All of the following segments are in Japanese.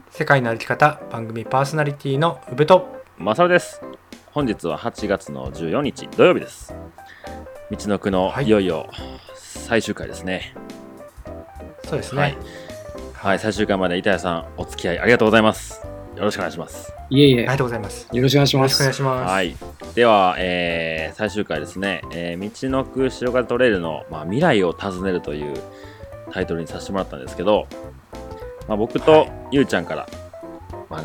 世界の歩き方番組パーソナリティの宇部とマサルです。本日は8月の14日土曜日です。道のくのいよいよ最終回ですね。 そうですね。 はい、最終回まで板谷さんお付き合いありがとうございます。よろしくお願いします。 いえいえ、 ありがとうございます。 よろしくお願いします。 よろしくお願いします。 はい、では、最終回ですね、道のく潮風トレイルの、未来を訪ねるというタイトルにさせてもらったんですけど、僕とゆうちゃんから、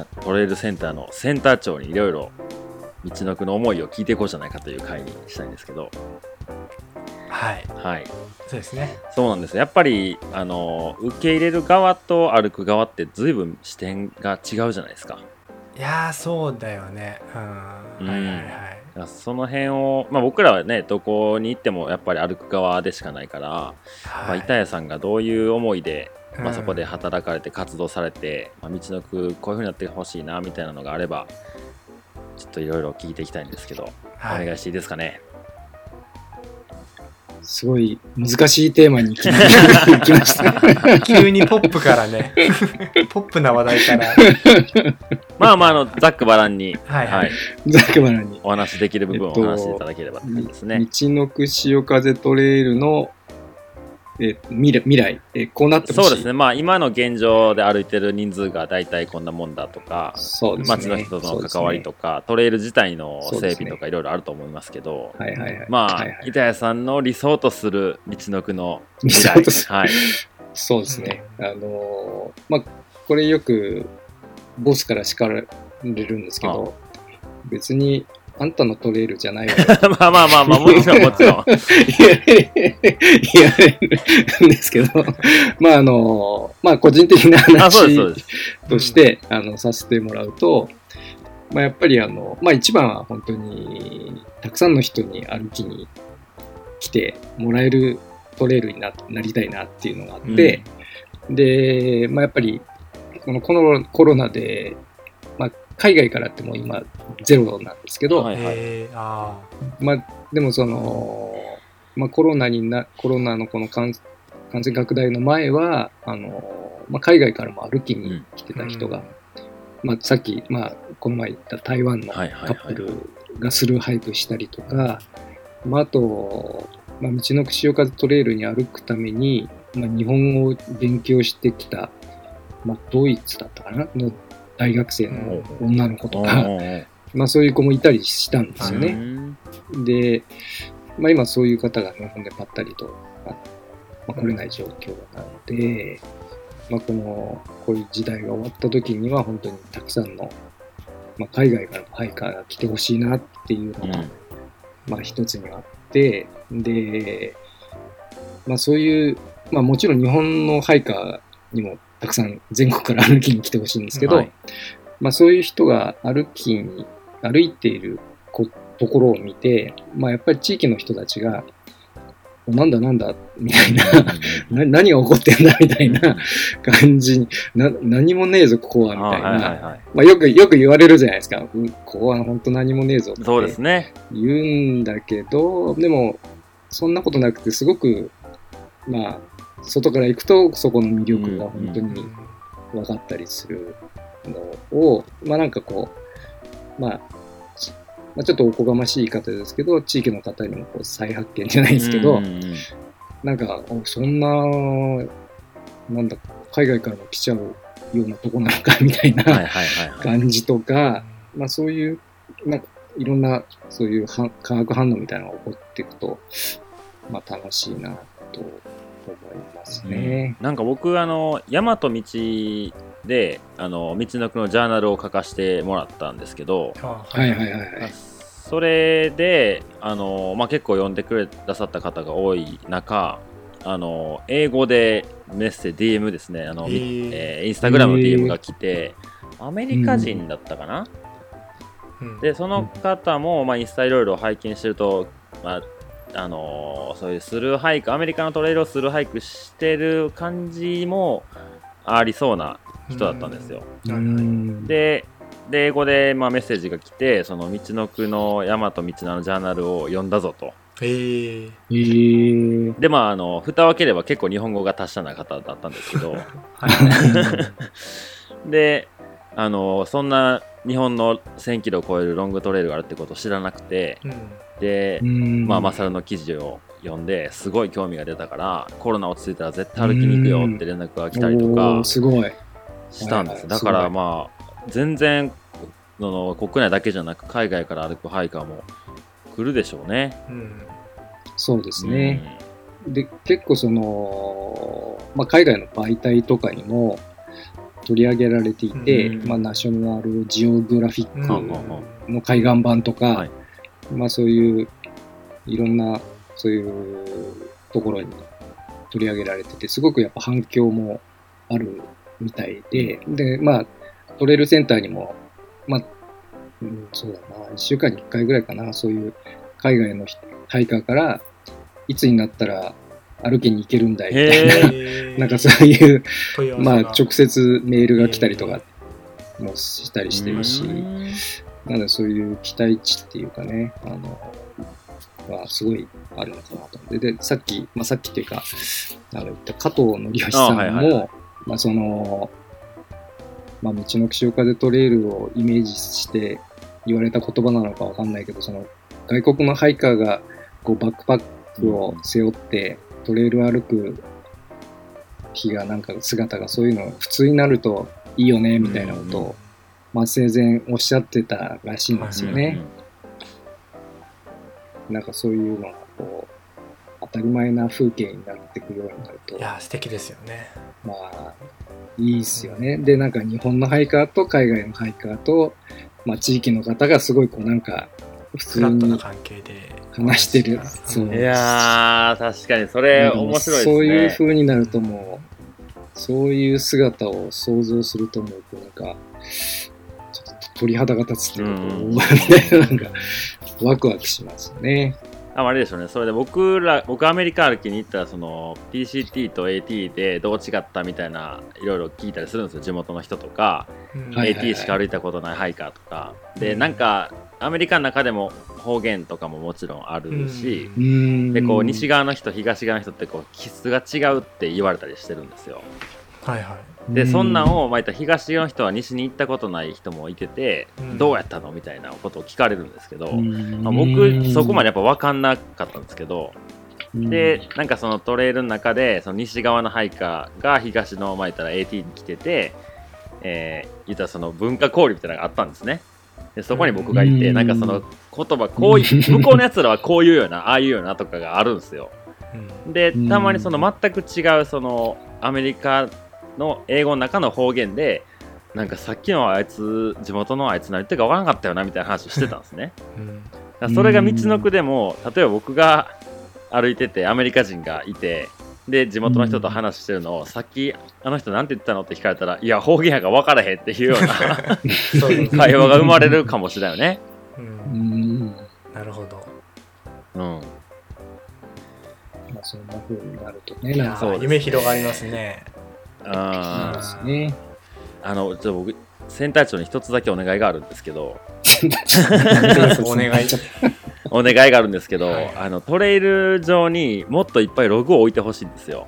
トレイルセンターのセンター長にいろいろ道のくの思いを聞いていこうじゃないかという回にしたいんですけど、 はい、そうですね。 そうなんです。やっぱり受け入れる側と歩く側って随分視点が違うじゃないですか。 いやーそうだよね。 その辺を、僕らはねどこに行ってもやっぱり歩く側でしかないから、板谷さんがどういう思いで、そこで働かれて活動されて、道のくこういう風になってほしいなみたいなのがあればちょっといろいろ聞いていきたいんですけど、お願いしていいですかね。 すごい難しいテーマに来ました急にポップからねポップな話題からざっくばらんにざっくばらんにお話しできる部分をお話しいただければですね。 道のく潮風トレイルの未来、こうなってほしい。 そうですね。今の現状で歩いてる人数が大体こんなもんだとか、街の人との関わりとか、トレイル自体の整備とかいろいろあると思いますけど、板谷さんの理想とする道のくの未来、 そうですね。これよくボスから叱られるんですけど、別にあんたのトレイルじゃないわよもちろん言われるんですけど個人的な話としてさせてもらうと、やっぱり一番は本当にたくさんの人に歩きに来てもらえるトレイルに なりたいなっていうのがあって、でやっぱりこのコロナで海外からってもう今ゼロなんですけど、でもその、コロナのこの感染拡大の前は海外からも歩きに来てた人が、さっき、この前言った台湾のカップルがスルーハイクしたりとか、あと、道のく潮風トレイルに歩くために、日本語を勉強してきた、ドイツだったかなの大学生の女の子とか、そういう子もいたりしたんですよね。で、今そういう方が日本でぱったりと、来れない状況なので、こういう時代が終わった時には本当にたくさんの、海外からのハイカーが来てほしいなっていうのが、一つにはあって、で、そういう、もちろん日本のハイカーにもたくさん全国から歩きに来てほしいんですけど、そういう人が歩いているところを見て、やっぱり地域の人たちがなんだみたいな何が起こってんだみたいな感じに何もねえぞここはみたいな、よく言われるじゃないですか。ここは本当何もねえぞって言うんだけど、でもそんなことなくてすごく外から行くとそこの魅力が本当に分かったりするのを、ちょっとおこがましい言い方ですけど、地域の方にも再発見じゃないですけど、そんな海外からも来ちゃうようなとこなのかみたいな感じとか、そういういろんなそういう化学反応みたいなのが起こっていくと、楽しいなと思いますね。 僕大和道で道のくのジャーナルを書かせてもらったんですけど、それで結構読んでくださった方が多い中、英語でメッセージ DM ですね、インスタグラムの DM が来て、アメリカ人だったかな、でその方も、インスタいろいろ拝見してると、そういうスルーハイク、アメリカのトレイルをスルーハイクしてる感じもありそうな人だったんですよ。で英語でメッセージが来て、その道のくの大和道のジャーナルを読んだぞと。で蓋を開ければ結構日本語が達者な方だったんですけどでそんな日本の1000キロを超えるロングトレイルがあるってことを知らなくて、で、まあ、マサルの記事を読んですごい興味が出たから、コロナ落ち着いたら絶対歩きに行くよって連絡が来たりとかすごいしたんです。だからまあ全然国内だけじゃなく海外から歩くハイカーも来るでしょうね。 そうですね。で結構その、まあ、海外の媒体とかにも取り上げられていて、まあ、ナショナルジオグラフィックの海岸版とか、まあ、そういういろんなそういうところに取り上げられてて、すごくやっぱ反響もあるみたいで、で、まあ、トレイルセンターにも、まあ、そうだな、1週間に1回ぐらいかな、そういう海外のハイカーから、いつになったら歩きに行けるんだいみたいな、なんかそういう、まあ、直接メールが来たりとかもしたりしてるし、なのでそういう期待値っていうかね、はすごいあるのかなと思って。で、さっきっていうか、言った加藤則義さんも、まあその、まあ道の岸岡でトレイルをイメージして言われた言葉なのかわかんないけど、その外国のハイカーがこうバックパックを背負ってトレイル歩く日がなんか姿がそういうの普通になるといいよねみたいなことを、まあ生前おっしゃってたらしいんですよね。なんかそういうのがこう当たり前な風景になってくるようになると、 いや素敵ですよね。 まあいいですよね。でなんか日本のハイカーと海外のハイカーと、まあ、地域の方がすごいこうなんか普通に話してる。 そういやー確かにそれ面白いですね。 そういう風になるともうそういう姿を想像するともうなんかちょっと鳥肌が立つっていうことを思うね。なんかワクワクしますね。 あれでしょうね。それで僕アメリカ歩きに行ったらその PCT と AT でどう違ったみたいないろいろ聞いたりするんですよ。地元の人とか、AT しか歩いたことないハイカーとかで、なんかアメリカの中でも方言とかももちろんあるし、でこう西側の人東側の人ってこう気質が違うって言われたりしてるんですよ。 はいはい。 でそんなんを東の人は西に行ったことない人もいてて、どうやったのみたいなことを聞かれるんですけど、僕そこまでやっぱ分かんなかったんですけど、でなんかそのトレイルの中でその西側のハイカーが東の言ったら AT に来てて、言ったらその文化交流みたいなのがあったんですね。でそこに僕がいて、なんかその言葉こういう向こうのやつらはこういうようなああいうようなとかがあるんですよ。でたまにその全く違うそのアメリカの英語の中の方言でなんかさっきのあいつ地元のあいつ何言ってるか分からなかったよなみたいな話をしてたんですね。だそれが道のくでも例えば僕が歩いててアメリカ人がいてで地元の人と話してるのをさっきあの人なんて言ったのって聞かれたらいや方言やから分からへんっていうような会話が生まれるかもしれないよね。 なるほど。 まあそんな風になるとね、なんか夢広がりますね。 そうですね。 ちょっと僕センター長に一つだけお願いがあるんですけどお願いがあるんですけど、トレイル上にもっといっぱいログを置いてほしいんですよ。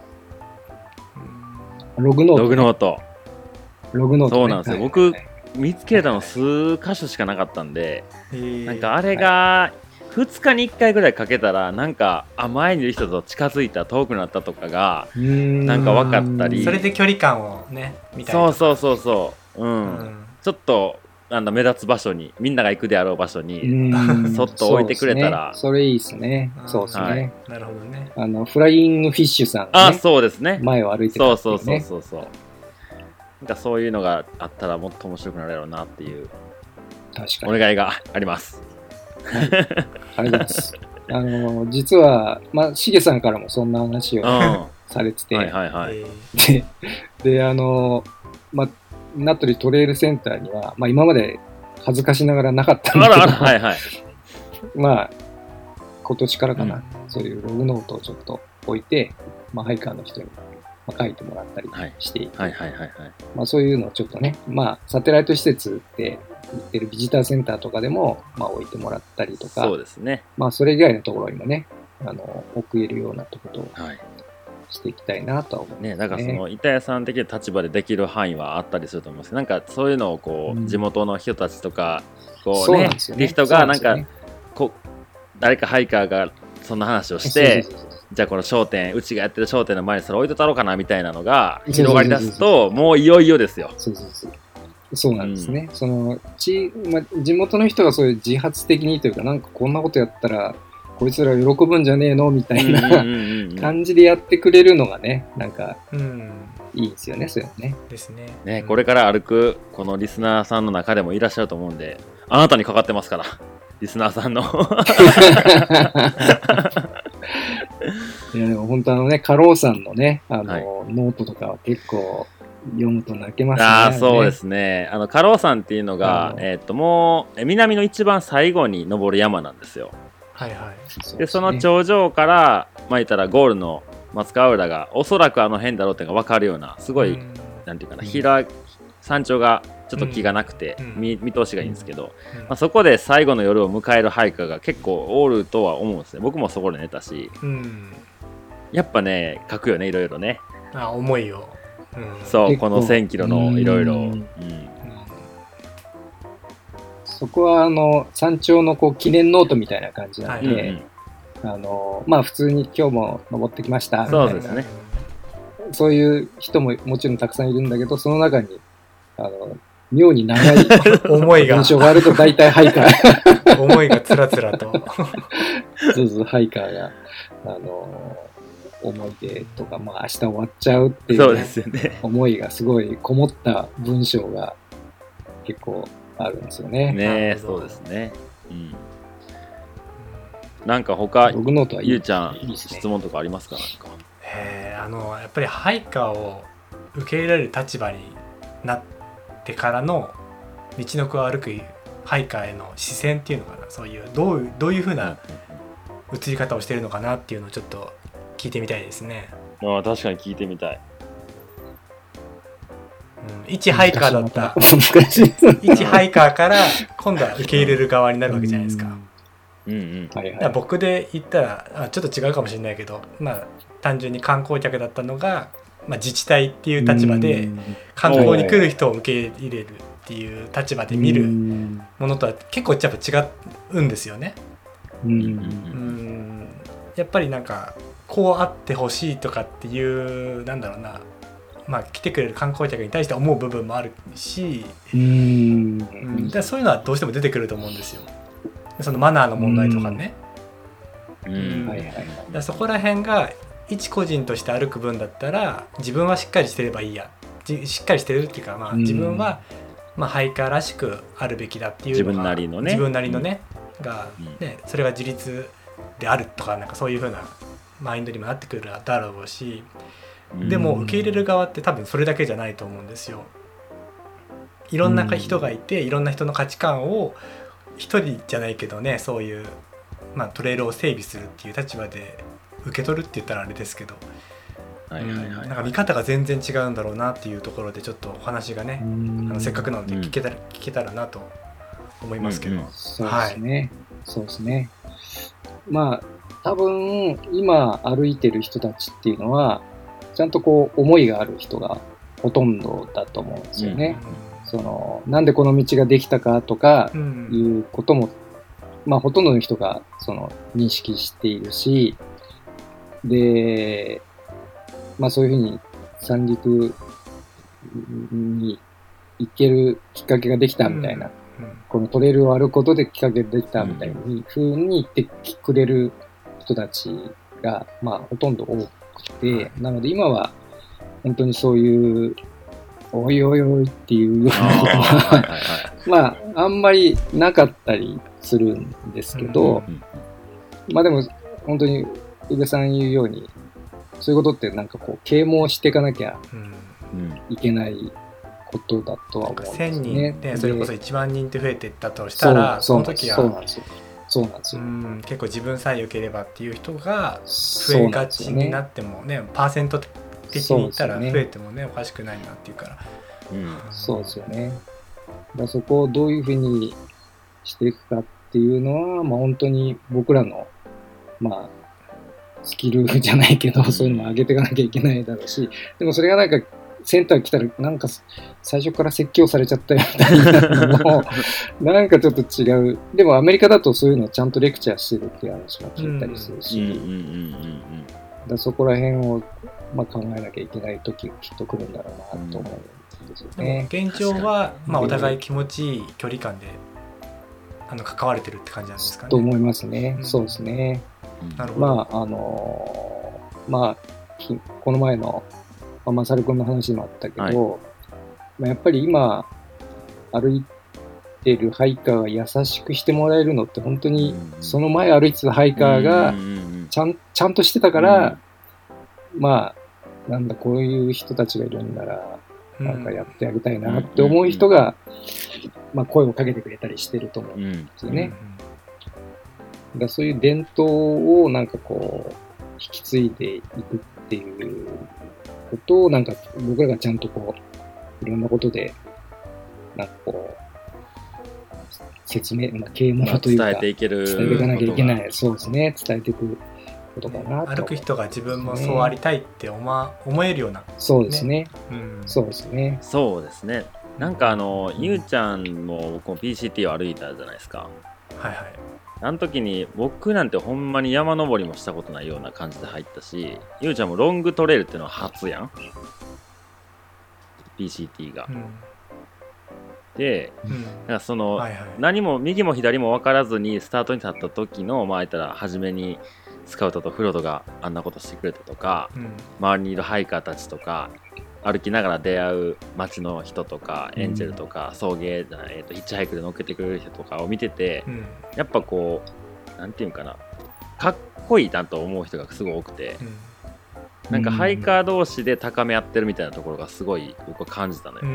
ログノート、そうなんですよ。僕見つけたの数箇所しかなかったんで、なんかあれが2日に1回ぐらいかけたらなんか前にいる人と近づいた遠くなったとかがなんか分かったり、 それで距離感をね見たりとか、 そうちょっと目立つ場所にみんなが行くであろう場所にそっと置いてくれたらそれいいですね。そうですね。 なるほどね。 フライングフィッシュさん、 そうですね。 前を歩いてたっていうね。 そうなんかそういうのがあったらもっと面白くなるやろうなっていうお願いがあります。 はい、ありがとうございます。実は、しげさんからもそんな話をされてて、で、名取トレイルセンターには、今まで恥ずかしながらなかったんだけど、今年からかな、そういうログノートをちょっと置いて、ハイカーの人に書いてもらったりしていて、そういうのをちょっとね、サテライト施設って言ってるビジターセンターとかでも、置いてもらったりとか、 そうですね。 それ以外のところにもね、置けるようなところをしていきたいなとは思うね。だからその板屋さん的な立場でできる範囲はあったりすると思いますけど、なんかそういうのをこう、地元の人たちとかこうねって人がなんかこう誰かハイカーがそんな話をして、じゃあこの商店、うちがやってる商店の前にそれ置いとったろうかなみたいなのが広がり出すと、もういよいよですよ。 そうなんですね。その地元の人がそういう自発的にというか、なんかこんなことやったらこいつら喜ぶんじゃねえのみたいな感じでやってくれるのがね、なんかいいですよね、そういうのね。 ですね。 ね、これから歩くこのリスナーさんの中でもいらっしゃると思うんで、あなたにかかってますから、リスナーさんの。 いやでも本当ね、家老さんのね、ノートとかは結構読むと泣けますね。 ああ、そうですね。家老山っていうのが、もう南の一番最後に登る山なんですよ。 はいはい。 でその頂上からまあ言ったらゴールの松川浦がおそらくあの辺だろうっていうのが分かるようなすごいなんていうかな山頂がちょっと木がなくて見通しがいいんですけど、まあ、そこで最後の夜を迎えるハイカーが結構おるとは思うんですね。僕もそこで寝たし、やっぱね書くよね、いろいろね。 思いを、 そうこの1000キロのいろいろ。 そこは山頂のこう記念ノートみたいな感じなんで、まあ普通に今日も登ってきましたみたいな、 そうですね。 そういう人ももちろんたくさんいるんだけど、その中に妙に長い思いが文章があると大体ハイカー思いがつらつらとそうハイカーが思い出とか、まあ明日終わっちゃうっていう、 そうですよね、 思いがすごいこもった文章が結構あるんですよね。 ね、そうですね。なんか他ゆうちゃん質問とかありますか？ やっぱりハイカーを受け入れられる立場になってからの道のくを歩くハイカーへの視線っていうのかな、そういうどういう風な映り方をしてるのかなっていうのをちょっと聞いてみたいですね。 確かに聞いてみたい。 一ハイカーだった一ハイカーから今度は受け入れる側になるわけじゃないですか。僕で言ったらちょっと違うかもしれないけど、まあ単純に観光客だったのが、まあ、自治体っていう立場で観光に来る人を受け入れるっていう立場で見るものとは結構やっぱ違うんですよね。やっぱりなんかこうあってほしいとかっていうなんだろうな、まあ、来てくれる観光客に対して思う部分もあるし、だそういうのはどうしても出てくると思うんですよ。そのマナーの問題とかね。だそこら辺が一個人として歩く分だったら自分はしっかりしてればいいや、しっかりしてるっていうか、まあ、自分はまあハイカーらしくあるべきだっていうのが自分なりのね、がね、それが自立であるとか、なんかそういう風なマインドにもなってくるだろうし、でも受け入れる側って多分それだけじゃないと思うんですよ。いろんな人がいて、いろんな人の価値観を一人じゃないけどね、そういう、まあ、トレイルを整備するっていう立場で受け取るって言ったらあれですけど、なんか見方が全然違うんだろうなっていうところでちょっとお話がね、せっかくなので聞けたらなと思いますけど。 そうですね、そうですね。まあ多分今歩いてる人たちっていうのはちゃんとこう思いがある人がほとんどだと思うんですよね。そのなんでこの道ができたかとかいうことも、まあほとんどの人がその認識しているし、で、まあそういうふうに三陸に行けるきっかけができたみたいな、このトレイルを歩くことできっかけができたみたいに風に言ってくれる人たちがまあほとんど多くて、なので今は本当にそういうおいおいおいっていうようなことはまああんまりなかったりするんですけど、まあでも本当に宇部さん言うようにそういうことってなんかこう啓蒙していかなきゃいけないことだとは思うんですね。 1000人でそれこそ1万人って増えていったとしたら、その時はそうなんですよ。結構自分さえ良ければっていう人が増えがちになってもね、パーセント的に言ったら増えてもねおかしくないなっていうから、 そうですよね。だそこをどういうふうにしていくかっていうのは、まあ、本当に僕らの、まあ、 スキルじゃないけど、そういうのも上げていかなきゃいけないだろうし、でもそれがなんかセンター来たらなんか最初から説教されちゃったよみたいなのもなんかちょっと違う。でもアメリカだとそういうのをちゃんとレクチャーしてるっていう話も聞いたりするし、だそこら辺を、まあ、考えなきゃいけない時がきっと来るんだろうなと思うんですよね。 現状は、まあ、お互い気持ちいい距離感で関われてるって感じなんですかね。 と思いますね。そうですね。 なるほど。 まあまあこの前のマサル君の話もあったけど、まあ、やっぱり今歩いてるハイカーが優しくしてもらえるのって本当にその前歩いてたハイカーがちゃんとしてたから、まあなんだこういう人たちがいるんならなんかやってあげたいなって思う人が、まあ、声をかけてくれたりしてると思うんですよね。だそういう伝統をなんかこう引き継いでいくっていうことをなんか僕らがちゃんとこういろんなことでなんかこう説明、まあ、啓蒙というか伝えていける、 伝えていかなきゃいけない、そうですね、伝えていくことかなと、 歩く人が自分もそうありたいって思えるような、 そうですね、そうですね、 そうですね。なんかゆうちゃんもこの PCT を歩いたじゃないですか。 はいはい。 あの時に僕なんてほんまに山登りもしたことないような感じで入ったし、ゆうちゃんもロングトレイルっていうのは初やん PCT が、で、なんかその、何も右も左も分からずにスタートに立った時のまあ言ったら初めにスカウトとフロードがあんなことしてくれたとか、周りにいるハイカーたちとか歩きながら出会う街の人とか、エンジェルとか送迎じゃない、ヒッチハイクで乗っけてくれる人とかを見てて、やっぱこうなんていうんかな、かっこいいなと思う人がすごい多くて、なんかハイカー同士で高め合ってるみたいなところがすごい僕は感じたのよ。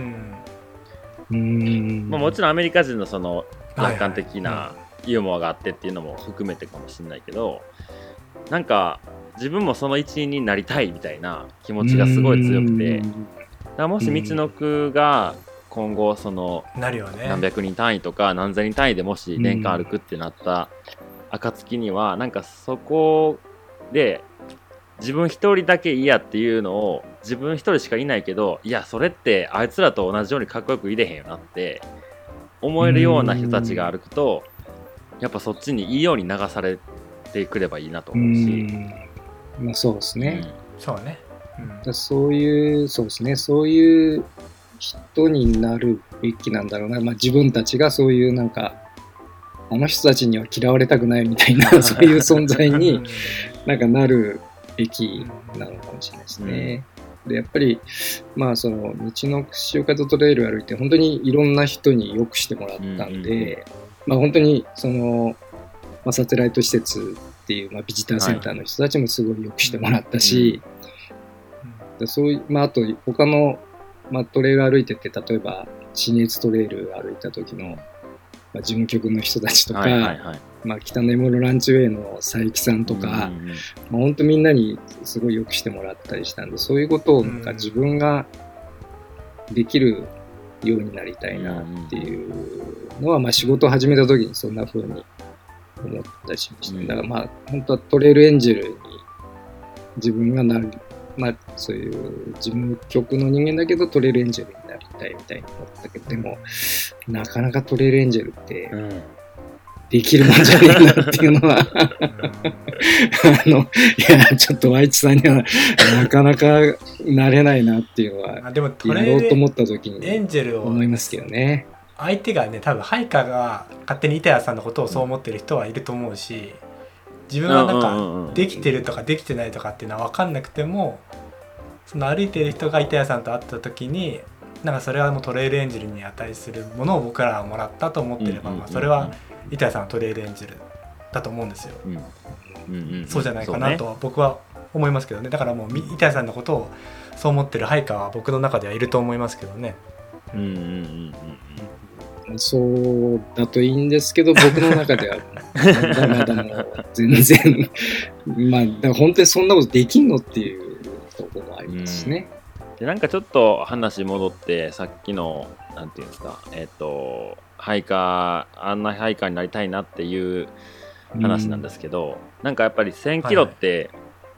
まあ、もちろんアメリカ人のその楽観的なユーモアがあってっていうのも含めてかもしれないけど、なんか自分もその一員になりたいみたいな気持ちがすごい強くて、だからもし道のくが今後その何百人単位とか何千人単位でもし年間歩くってなった暁には、なんかそこで自分一人だけいいやっていうのを、自分一人しかいないけど、いやそれってあいつらと同じようにかっこよくいれへんよなって思えるような人たちが歩くと、やっぱそっちにいいように流されてくればいいなと思うし、 まあそうですね、 そうね、 そういうそうですね、そういう人になるべきなんだろうな。まあ自分たちがそういうなんかあの人たちには嫌われたくないみたいなそういう存在になんかなるべきなのかもしれないですね。でやっぱりまあその道の潮風トレイル歩いて本当にいろんな人によくしてもらったんで、まあ本当にその、まあ、サテライト施設っていう、まあ、ビジターセンターの人たちもすごいよくしてもらったし、そういう、まあ、あと他の、まあ、トレイル歩いてて、例えば信越トレイル歩いた時の、まあ、事務局の人たちとか、まあ、北根室ランチウェイの佐伯さんとか、まあ、本当みんなにすごいよくしてもらったりしたんで、そういうことをなんか自分ができるようになりたいなっていうのは、まあ、仕事を始めた時にそんな風に思ったりしました。だからまあ本当はトレイルエンジェルに自分がなる、まあそういう事務局の人間だけどトレイルエンジェルになりたいみたいに思ったけど、でもなかなかトレイルエンジェルってできるもんじゃねえなっていうのはいやちょっとワイチさんにはなかなかなれないなっていうのはでもトレイルやろうと思った時にエンジェルを思いますけどね。 相手がね、多分ハイカーが勝手に板谷さんのことをそう思ってる人はいると思うし、自分はなんかできてるとかできてないとかっていうのは分かんなくても、その歩いてる人が板谷さんと会った時になんかそれはもうトレイルエンジェルに値するものを僕らはもらったと思ってれば、まあそれは板谷さんはトレイルエンジェルだと思うんですよ。そうじゃないかなと僕は思いますけどね。だからもう板谷さんのことをそう思ってるハイカーは僕の中ではいると思いますけどね。 そうだといいんですけど、僕の中ではまだもう全然まあだから本当にそんなことできんのっていうところもありますしね。 でなんかちょっと話戻ってさっきのなんていうんですか、ハイカーあんなハイカーになりたいなっていう話なんですけど、なんかやっぱり1000キロって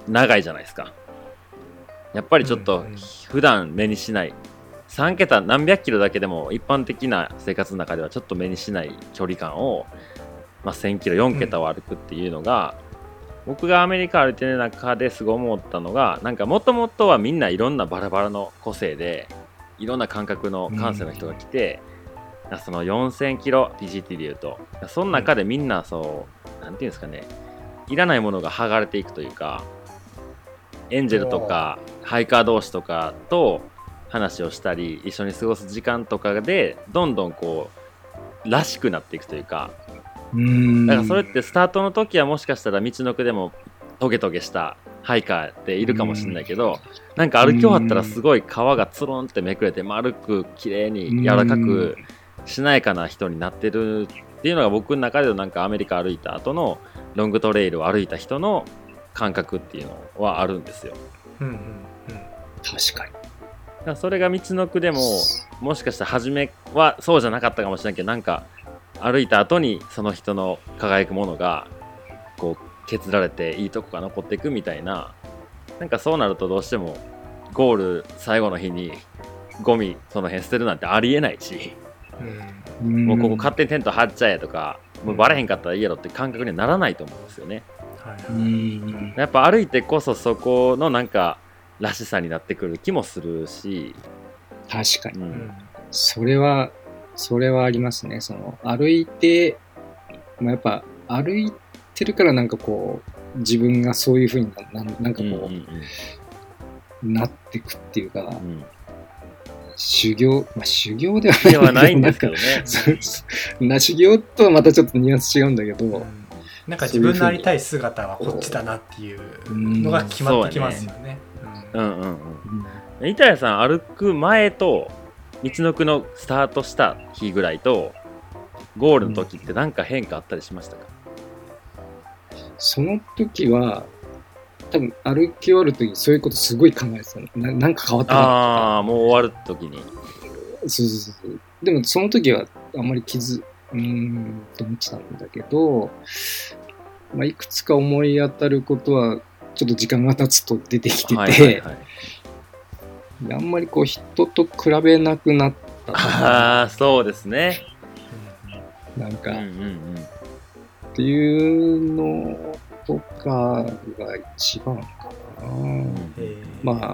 長いじゃないですか。やっぱりちょっと普段目にしない3桁何百キロだけでも一般的な生活の中ではちょっと目にしない距離感を、1000キロ4桁を歩くっていうのが、僕がアメリカ歩いてる中ですごい思ったのが、なんかもともとはみんないろんなバラバラの個性でいろんな感覚の感性の人が来て、その4000キロ PCT でいうと、その中でみんなそうなんていうんですかね、いらないものが剥がれていくというか、エンジェルとかハイカー同士とかと話をしたり一緒に過ごす時間とかでどんどんこうらしくなっていくというか、だからそれってスタートの時はもしかしたら道のくでもトゲトゲしたハイカーっているかもしれないけど、なんか歩き終わったらすごい皮がつるんってめくれて丸く綺麗に柔らかくしなやかな人になってるっていうのが僕の中でのなんかアメリカ歩いた後のロングトレイルを歩いた人の感覚っていうのはあるんですよ。 確かに。 だからそれが道のくでももしかしたら初めはそうじゃなかったかもしれないけど、なんか歩いた後にその人の輝くものがこう削られていいとこが残っていくみたいな、なんかそうなるとどうしてもゴール最後の日にゴミその辺捨てるなんてありえないし、もうここ勝手にテント張っちゃえとか、もうバレへんかったらいいやろって感覚にはならないと思うんですよね。やっぱ歩いてこそそこのなんからしさになってくる気もするし。 確かに、それはありますね。その歩いて、やっぱ歩いてるからなんかこう自分がそういう風になんかこう、なってくっていうか、修行ではないんですけどね。修行とはまたちょっとニュアンス違うんだけど、 なんか自分のありたい姿はこっちだなっていうのが決まってきますよね。 板谷さん歩く前と道のくのスタートした日ぐらいとゴールの時って何か変化あったりしましたか？ その時は多分歩き終わる時にそういうことすごい考えてたの。なんか変わったなとか。 もう終わる時に。 そうでもその時はあんまりと思ってたんだけど、いくつか思い当たることはちょっと時間が経つと出てきてて、あんまりこう人と比べなくなったそうですね。 なんか、っていうのとかが一番かな。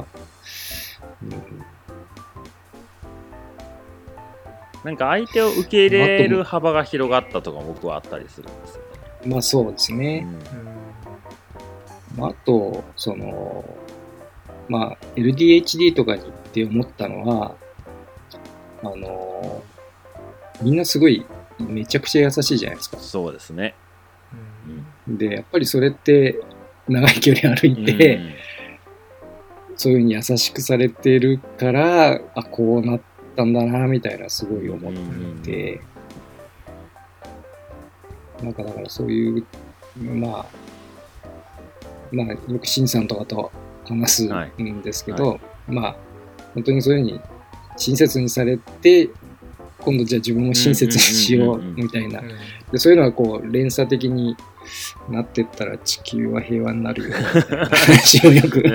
なんか相手を受け入れる幅が広がったとか僕はあったりするんですよね。 そうですね。あとそのLDHD とかに行って思ったのは、みんなすごいめちゃくちゃ優しいじゃないですか。 そうですね。 でやっぱりそれって長い距離歩いて、そういう風に優しくされてるからこうなったんだなみたいなすごい思ってて、だからそういうよくシンさんとかと話すんですけど、本当にそういう風に親切にされて、今度じゃあ自分も親切にしようみたいな、でそういうのはこう連鎖的になってったら地球は平和になるような話をよく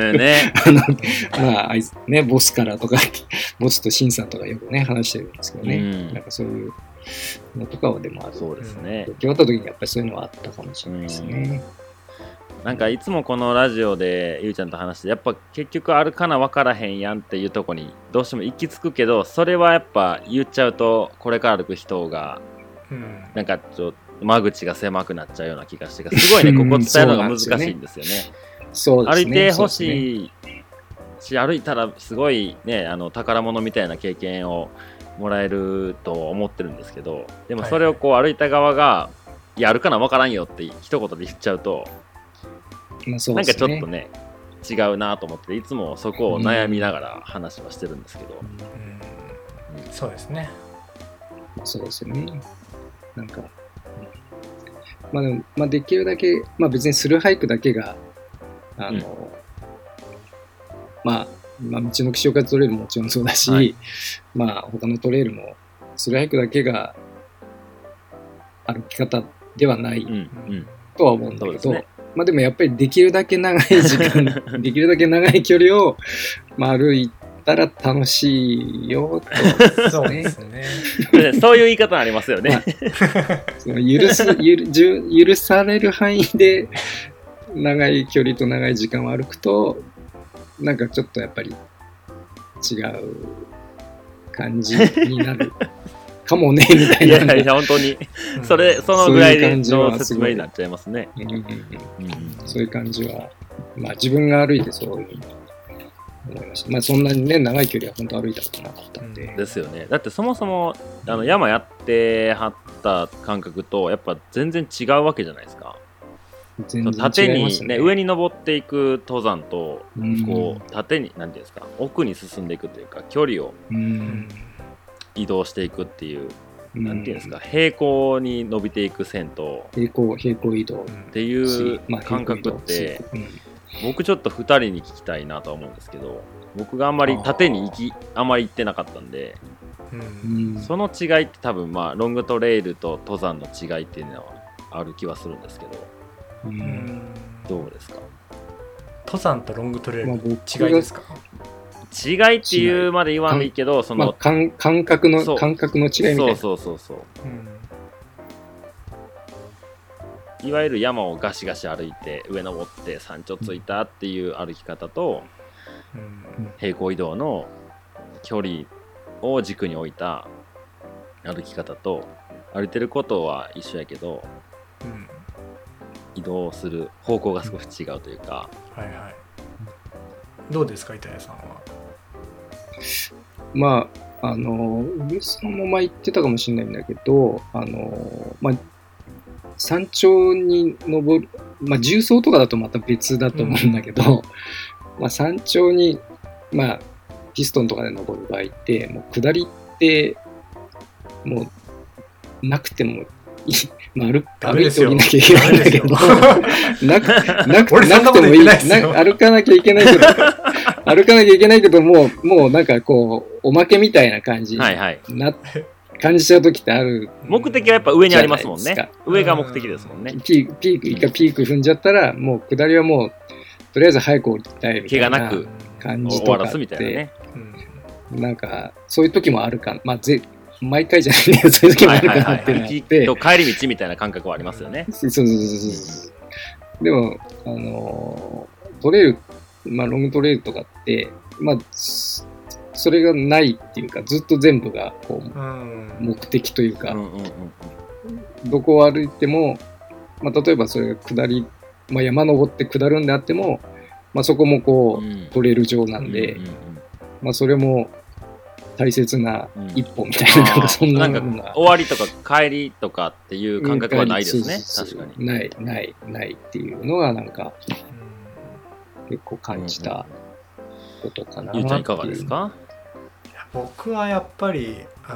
ボスからとかボスとシンさんとかよくね話してるんですけどね、なんかそういうのとかはでもある。 そうですね。 決まった時にやっぱりそういうのはあったかもしれないですね。 なんかいつもこのラジオでゆうちゃんと話して、やっぱ結局あるかな分からへんやんっていうとこにどうしても行き着くけど、それはやっぱ言っちゃうとこれから歩く人がなんかちょっと間口が狭くなっちゃうような気がして、すごいねここ伝えるのが難しいんですよね。歩いてほしいし、歩いたらすごいね宝物みたいな経験をもらえると思ってるんですけど、でもそれをこう歩いた側がいやあるかな分からんよって一言で言っちゃうと、なんかちょっとね違うなと思って、いつもそこを悩みながら話はしてるんですけど、 そうですね。 そうですよね。なんかできるだけ別にスルーハイクだけが道のく潮風トレイルももちろんそうだし、他のトレイルもスルーハイクだけが歩き方ではないとは思うんだけど、 まあでもやっぱりできるだけ長い時間できるだけ長い距離を、まあ、歩いたら楽しいよと、 そうですねそういう言い方ありますよね、まあ、 その許される範囲で長い距離と長い時間を歩くとなんかちょっとやっぱり違う感じになるかもねみたいな。 いや本当にそのぐらいの説明になっちゃいますね。 そういう感じは、まあ自分が歩いてそういう思いました。まあそんなにね長い距離は本当歩いたことなかったんで。 ですよね。だってそもそも山やってはった感覚とやっぱ全然違うわけじゃないですか。縦にね上に登っていく登山とこう縦に何ていうんですか奥に進んでいくというか距離を移動していくっていう何ていうんですか平行に伸びていく線と平行移動っていう感覚って僕ちょっと2人に聞きたいなとは思うんですけど僕があんまり縦にあんまり行ってなかったんでその違いって多分まあロングトレイルと登山の違いっていうのはある気はするんですけどどうですか？ 登山とロングトレイルの違いですか？ 違いっていうまで言わないけどその、 まあ、感覚の違いみたいな。 そう、いわゆる山をガシガシ歩いて上登って山頂着いたっていう歩き方と、平行移動の距離を軸に置いた歩き方と歩いてることは一緒やけど、移動する方向が少し違うというか、 どうですか板谷さんは？ まあ上さんも言ってたかもしれないんだけどまあ山頂に登るまあ重曹とかだとまた別だと思うんだけど、まあ山頂にまあピストンとかで登る場合ってもう下りってもうなくてもまあ、歩いて降りなきゃいけないんだけどなくてもいい歩かなきゃいけないけどもうなんかこうおまけみたいな感じ感じちゃう時ってある。 目的はやっぱ上にありますもんね。上が目的ですもんね。 ピーク踏んじゃったらもう下りはもうとりあえず早く降りたいみたいな感じとかってなんかそういう時もあるかまあ毎回じゃないねそういう時もあるかなってなって帰り道みたいな感覚はありますよね。 そうでもトレイルまあロングトレイルとかってまあそれがないっていうかずっと全部がこう目的というかどこを歩いてもまあ例えばそれが下りまあ山登って下るんであってもまあそこもこうトレイル上なんでまあそれも大切な一歩みたいな、なんかそんなのがなんか終わりとか帰りとかっていう感覚はないですね。確かにないっていうのがなんか結構感じたことかな。 ゆうちゃんいかがですか？ 僕はやっぱり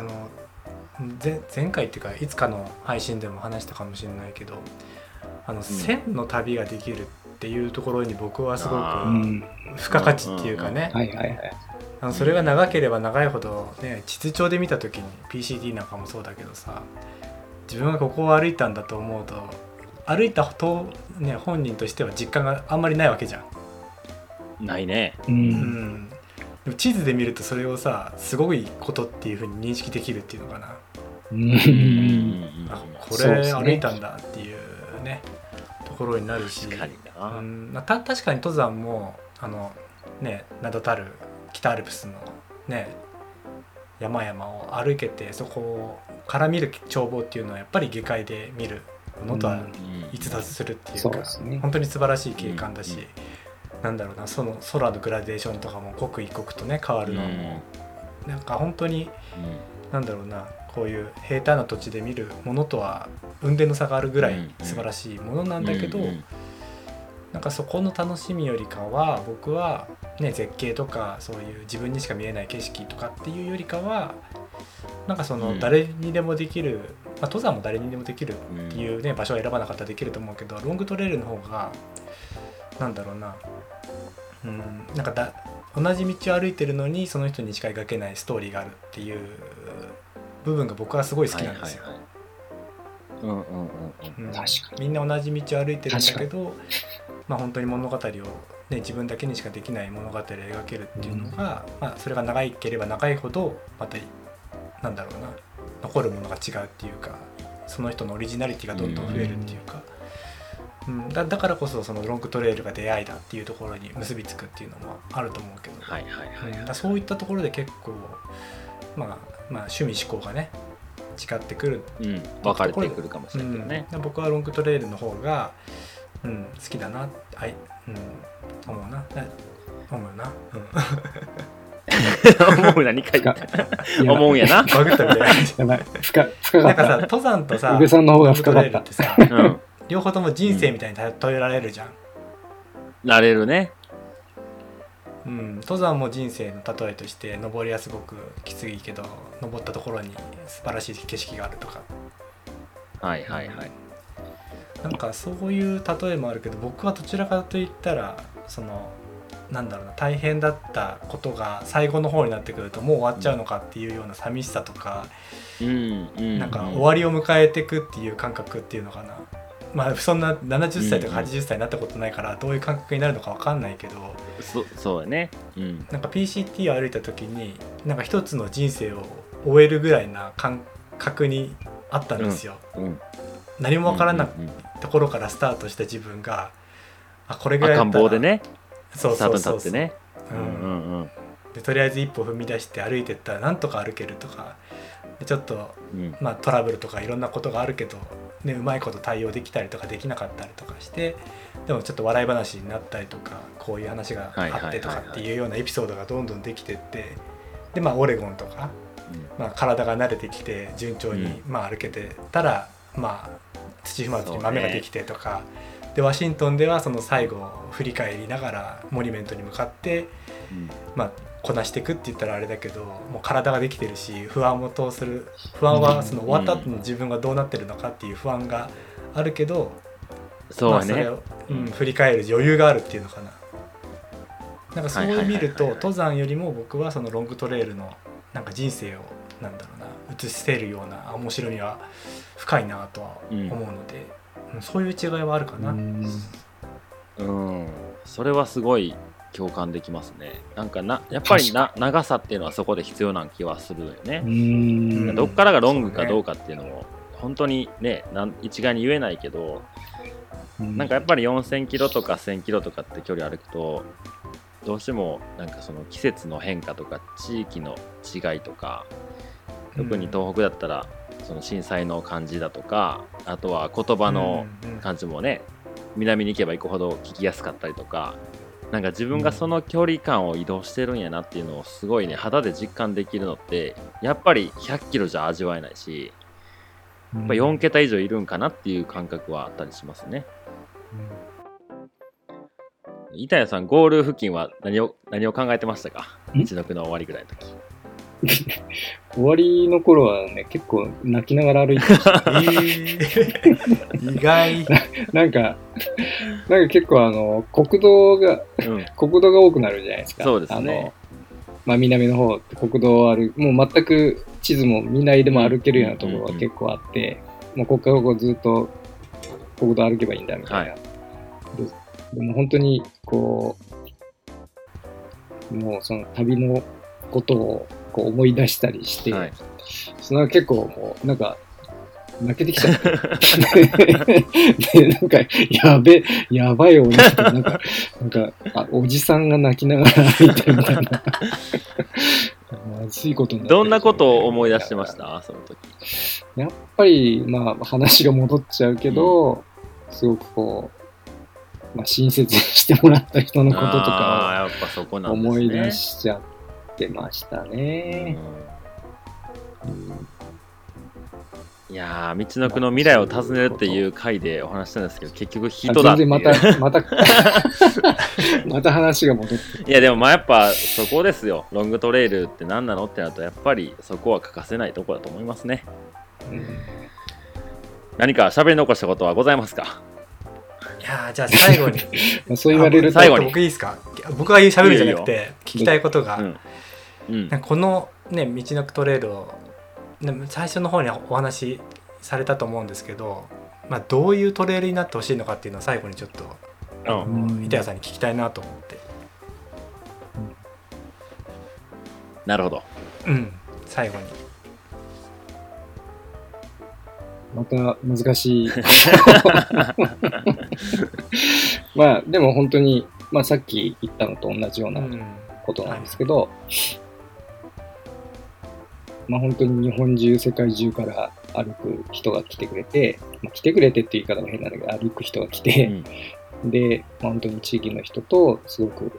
前回っていうかいつかの配信でも話したかもしれないけど線の旅ができるっていうところに僕はすごく付加価値っていうかねそれが長ければ長いほど、ね、地図帳で見た時に PCD なんかもそうだけどさ自分がここを歩いたんだと思うと歩いた本人としては実感があんまりないわけじゃん。 ないね。 でも地図で見るとそれをさすごいことっていう風に認識できるっていうのかな。これ歩いたんだっていうねところになるし確かに登山も名だたる北アルプスのね山々を歩けてそこから見る眺望っていうのはやっぱり下界で見るものとは逸脱するっていうか、本当に素晴らしい景観だし、なんだろうなその空のグラデーションとかも刻一刻とね変わるのも、なんか本当に、なんだろうなこういう平坦な土地で見るものとは雲泥の差があるぐらい素晴らしいものなんだけど、なんかそこの楽しみよりかは僕はね絶景とかそういう自分にしか見えない景色とかっていうよりかはなんかその誰にでもできる、登山も誰にでもできるっていうね場所を選ばなかったらできると思うけどロングトレイルの方がなんだろうな、なんか同じ道を歩いてるのにその人にしか描けないストーリーがあるっていう部分が僕はすごい好きなんですよ。 みんな同じ道を歩いてるんだけど、まあ、本当に物語を、ね、自分だけにしかできない物語を描けるっていうのが、まあ、それが長ければ長いほどまたなんだろうな、残るものが違うっていうか、その人のオリジナリティがどんどん増えるっていうか、だからこそそのロングトレイルが出会いだっていうところに結びつくっていうのもあると思うけど、そういったところで結構、まあ趣味思考がね違ってくる、 分かれてくるかもしれないけどね、 僕はロングトレイルの方が、好きだな、思うな、 思うな、2回言った思うんやな、 バグったみたいなやばい、深かった。 なんかさ、登山とさ、 宇部さんの方が深かったってさ、両方とも人生みたいに例えられるじゃん。 なれるね。 登山も人生の例えとして、登りはすごくきついけど登ったところに素晴らしい景色があるとか、なんかそういう例えもあるけど、僕はどちらかといったらそのなんだろうな、大変だったことが最後の方になってくるともう終わっちゃうのかっていうような寂しさとか、なんか終わりを迎えていくっていう感覚っていうのかな。まあそんな70歳とか80歳になったことないからどういう感覚になるのか分かんないけど、 そうだね、 なんか PCT を歩いた時になんか一つの人生を終えるぐらいな感覚にあったんですよ、何も分からないところからスタートした自分が、これぐらいだったら赤ん坊でね、 スタートに立ってね、 でとりあえず一歩踏み出して歩いてったらなんとか歩けるとか、でちょっと、トラブルとかいろんなことがあるけど、ね、うまいこと対応できたりとかできなかったりとかして、でもちょっと笑い話になったりとか、こういう話があってとかっていうようなエピソードがどんどんできてって、でオレゴンとか、体が慣れてきて順調に、歩けてたら、土踏まずに豆ができてとか、でワシントンではその最後を振り返りながらモニュメントに向かって、こなしていくって言ったらあれだけど、もう体ができてるし、不安はその終わった後の自分がどうなってるのかっていう不安があるけど、 そうね、 それを、振り返る余裕があるっていうのかな。なんかそう見ると登山よりも僕はそのロングトレイルのなんか人生をなんだろうな、映せるような面白みは深いなとは思うので、そういう違いはあるかな。 それはすごい共感できますね。なんかやっぱり長さっていうのはそこで必要な気はするよね。どっからがロングかどうかっていうのも本当にね、一概に言えないけど、なんかやっぱり4000キロとか1000キロとかって距離歩くと、どうしてもなんかその季節の変化とか地域の違いとか、特に東北だったらその震災の感じだとか、あとは言葉の感じもね、南に行けば行くほど聞きやすかったりとか、なんか自分がその距離感を移動してるんやなっていうのをすごいね、肌で実感できるのってやっぱり100キロじゃ味わえないし、やっぱ4桁以上いるんかなっていう感覚はあったりしますね。板谷さん、ゴール付近は何を考えてましたか？道のくの終わりぐらいの時。 終わりの頃はね、結構泣きながら歩いてました。 意外。 なんか結構国道が多くなるじゃないですか。 そうですね。 南の方って国道もう全く地図も見ないでも歩けるようなところが結構あって、もうここからずっと国道歩けばいいんだみたいな。でも本当にこう、もうその旅のことをこう思い出したりして、それは結構もうなんか泣けてきちゃってで、なんかやばい俺ってなんかおじさんが泣きながら歩いてるみたいなまずいことになって、 どんなことを思い出してましたその時？ やっぱり話が戻っちゃうけど、すごくこう、親切にしてもらった人のこととかを思い出しちゃってましたね。 いやー、道のくの未来を訪ねるっていう回でお話したんですけど、結局人だっていう。 全然また話が戻って。 いやでもやっぱそこですよ。ロングトレイルって何なのってなると、やっぱりそこは欠かせないところだと思いますね。何か喋り残したことはございますか？ いやじゃあ最後にそう言われると最後に僕いいですか？僕が喋るんじゃなくて聞きたいことが、このね道のくトレイルを最初の方にお話しされたと思うんですけど、どういうトレイルになってほしいのかっていうのを最後にちょっと板谷さんに聞きたいなと思って。 なるほど。 最後にまた難しいでも本当に、さっき言ったのと同じようなことなんですけど、本当に日本中世界中から歩く人が来てくれて、来てくれてっていう言い方が変なんだけど、歩く人が来て、で、本当に地域の人とすごく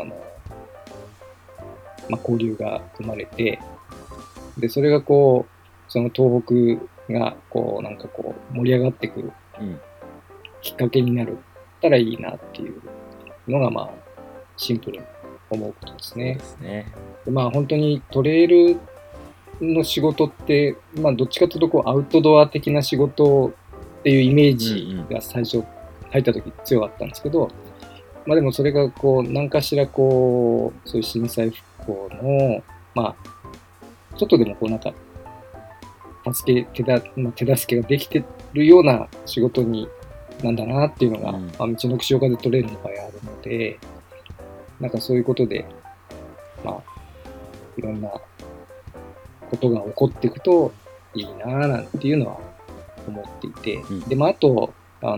交流が生まれて、でそれがこうその東北がこうなんかこう盛り上がってくるきっかけになるったらいいなっていうのがシンプルに思うことですね。 そうですね。 で本当にトレイルの仕事ってどっちかというとこうアウトドア的な仕事っていうイメージが最初入った時強かったんですけど、でもそれがこう何かしらこうそういう震災復興のちょっとでもこうなんか手助けができてるような仕事になんだなっていうのが、道の串岡でトレイルの場合あるので、なんかそういうことでいろんなことが起こっていくといいなぁなんていうのは思っていて、であと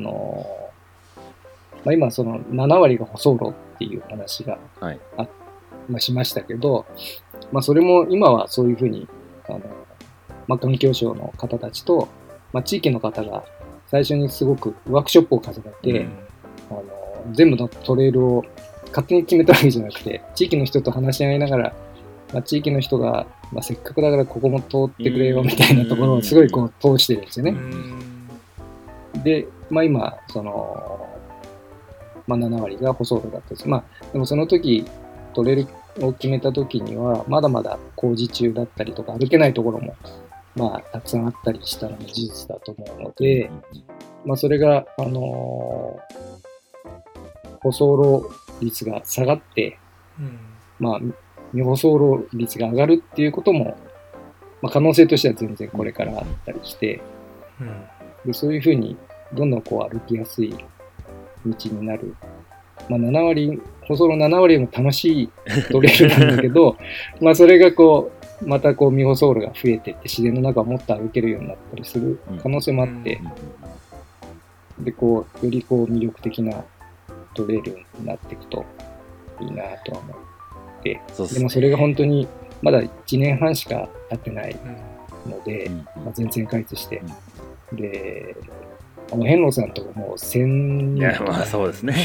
今その7割が舗装路っていう話がしましたけど、それも今はそういうふうに環境省の方たちと、地域の方が最初にすごくワークショップを重ねて、全部のトレイルを勝手に決めたわけじゃなくて、地域の人と話し合いながら、地域の人が、せっかくだからここも通ってくれよみたいなところをすごいこう通してるんですよね。で、今その、7割が舗装路だったんです。でもその時トレイルを決めた時にはまだまだ工事中だったりとか歩けないところもたくさんあったりしたのも事実だと思うので、それが舗装路率が下がって、未舗装路率が上がるっていうことも、可能性としては全然これからあったりして、でそういうふうにどんどんこう歩きやすい道になる。7割、舗装路7割も楽しいトレイルなんだけど、それがこう、またこう未舗装路が増えていって自然の中をもっと歩けるようになったりする可能性もあって、でこうよりこう魅力的なトレイルになっていくといいなとは思って、でもそれが本当にまだ1年半しか経ってないので、全然開通して、で遍路さんとかもう1000 年そうですね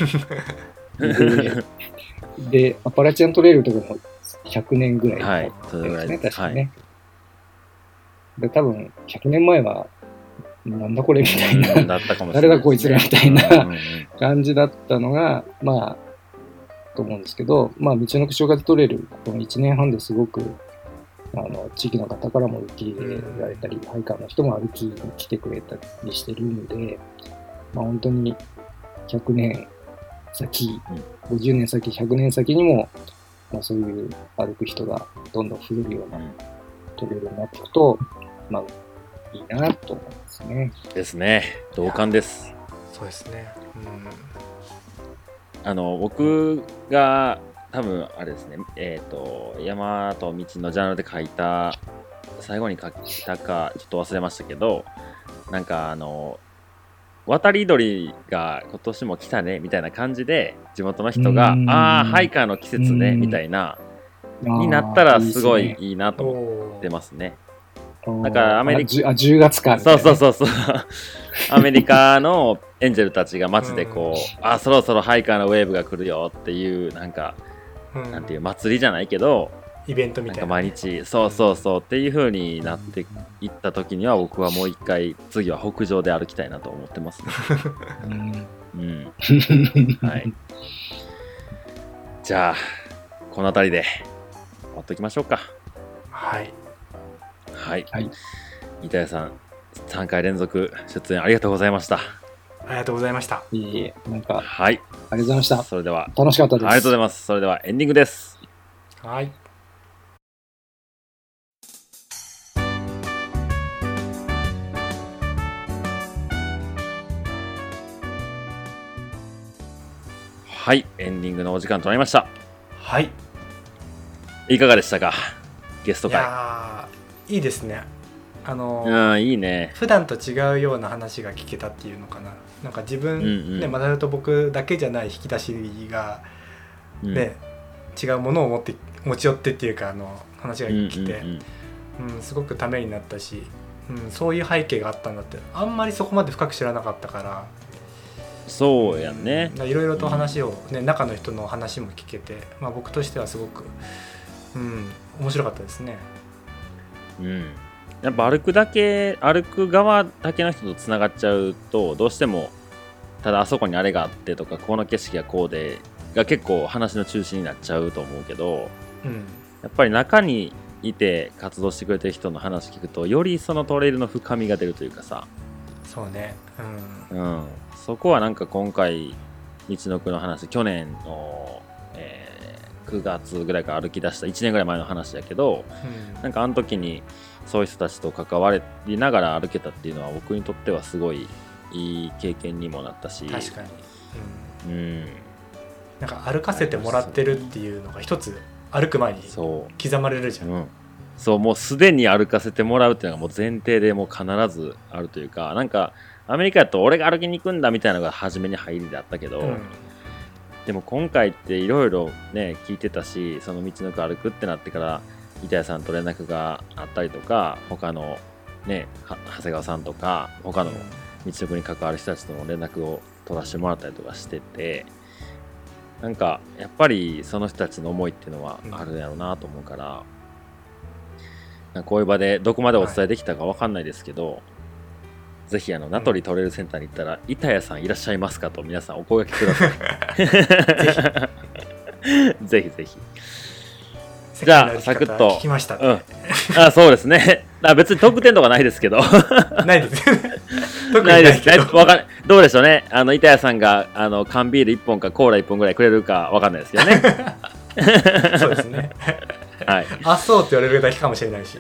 でアパラチアントレイルとかも100年ぐらいですね、確かね。で多分100年前はなんだこれみたいな、誰だこいつらみたいな感じだったのがと思うんですけど、道の串岡トレイルこの1年半ですごく地域の方からも受け入れられたり、ハイカーの人も歩きに来てくれたりしてるので、本当に100年先、50年先、100年先にも、そういう歩く人がどんどん増えるようなトレイルになっていくと、いいなと思いますね。 ですね。同感です。 そうですね。 僕が多分あれですね、山と道のジャンルで書いた、最後に書いたかちょっと忘れましたけど、なんか渡り鳥が今年も来たねみたいな感じで地元の人がハイカーの季節ねみたいなになったらすごいいいなと思ってますね。だからアメリカ 10月か、 そうアメリカのエンジェルたちが街でこうそろそろハイカーのウェーブが来るよっていうなんていう祭りじゃないけどイベントみたいな、 なんか毎日そうっていう風になっていった時には僕はもう一回次は北上で歩きたいなと思ってますね。はい。じゃあこの辺りで終わっときましょうか。 はい。 板谷さん3回連続出演ありがとうございました。 ありがとうございました。 いいなんかはい、 ありがとうございました。 それでは楽しかったです。 ありがとうございます。それではエンディングです。 はい。 はい、エンディングのお時間となりました。 はい、 いかがでしたか、ゲスト会。 いいですね。 いいね。 普段と違うような話が聞けたっていうのかな。なんか自分、ね、マサルと僕だけじゃない引き出しが、ね、違うものを持ち寄ってっていうか話が来て、すごくためになったし、そういう背景があったんだってあんまりそこまで深く知らなかったから。 そうやね。 いろいろと話を、中の人の話も聞けて、僕としてはすごく、面白かったですね。 やっぱ歩く側だけの人とつながっちゃうと、どうしてもただあそこにあれがあってとか、この景色がこうでが結構話の中心になっちゃうと思うけど、やっぱり中にいて活動してくれてる人の話聞くと、よりそのトレイルの深みが出るというかさ。 そうね。 そこはなんか今回道のくの話、去年の、9月ぐらいから歩き出した1年ぐらい前の話だけど、なんかあの時にそういう人たちと関わりながら歩けたっていうのは、僕にとってはすごいいい経験にもなったし。 確かに。なんか歩かせてもらってるっていうのが一つ歩く前に刻まれるじゃん。 そう、もうすでに歩かせてもらうっていうのがもう前提でもう必ずあるというか、なんかアメリカだと俺が歩きに行くんだみたいなのが初めに入りだったけど、でも今回っていろいろね聞いてたし、その道のく歩くってなってから板谷さんと連絡があったりとか、他のね長谷川さんとか他の道のくに関わる人たちとの連絡を取らせてもらったりとかしてて、なんかやっぱりその人たちの思いっていうのはあるやろうなと思うから、なんかこういう場でどこまでお伝えできたか分かんないですけど、ぜひ名取トレイルセンターに行ったら、板谷さんいらっしゃいますかと皆さんお声掛けください。ぜひぜひ。じゃあサクッと聞きました、 そうですね。別に特典とかないですけど。 ないですないですね。どうでしょうね。板谷さんが缶ビール1本かコーラ1本ぐらいくれるか分かんないですけどね。 そうですね。 はい。 そうって言われるだけかもしれないし。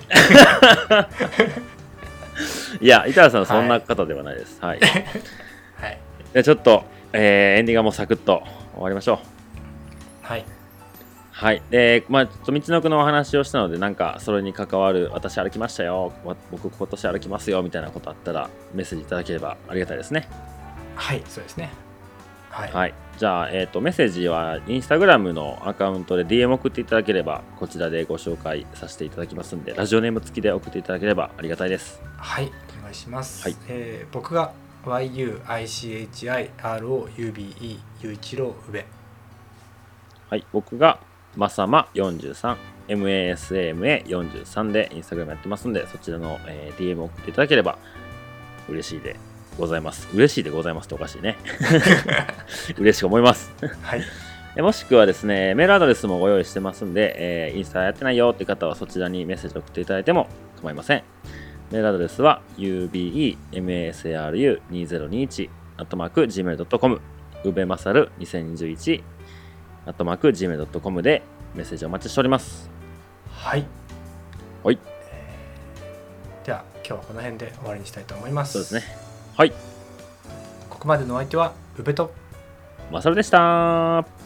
いや、板谷さんはそんな方ではないです。はい。 はい。 でちょっと、エンディングはもうサクッと終わりましょう。 はい。 はい。で、ちょっと道のくのお話をしたので、なんかそれに関わる、私歩きましたよ、僕今年歩きますよみたいなことあったらメッセージいただければありがたいですね。 はい、そうですね。 はい。はい、じゃあ、メッセージはインスタグラムのアカウントで DM 送っていただければ、こちらでご紹介させていただきますので、ラジオネーム付きで送っていただければありがたいです。 はい、お願いします。 はい、 僕が YUICHIROUBE ゆういちろう宇部。 はい、僕がまさま43 MASAMA43 でインスタグラムやってますので、そちらの、DM を送っていただければ嬉しいでございます。嬉しいでございますとおかしいね。嬉しく思います。 はい。 もしくはですね、メールアドレスもご用意してますんで、インスタやってないよって方はそちらにメッセージを送っていただいても構いません。メールアドレスは ubemasaru2021@gmail.com うべまさる2021@gmail.com でメッセージお待ちしております。 はい。 はい。 では今日はこの辺で終わりにしたいと思います。 そうですね。はい。 ここまでのお相手は宇部とまさるでした。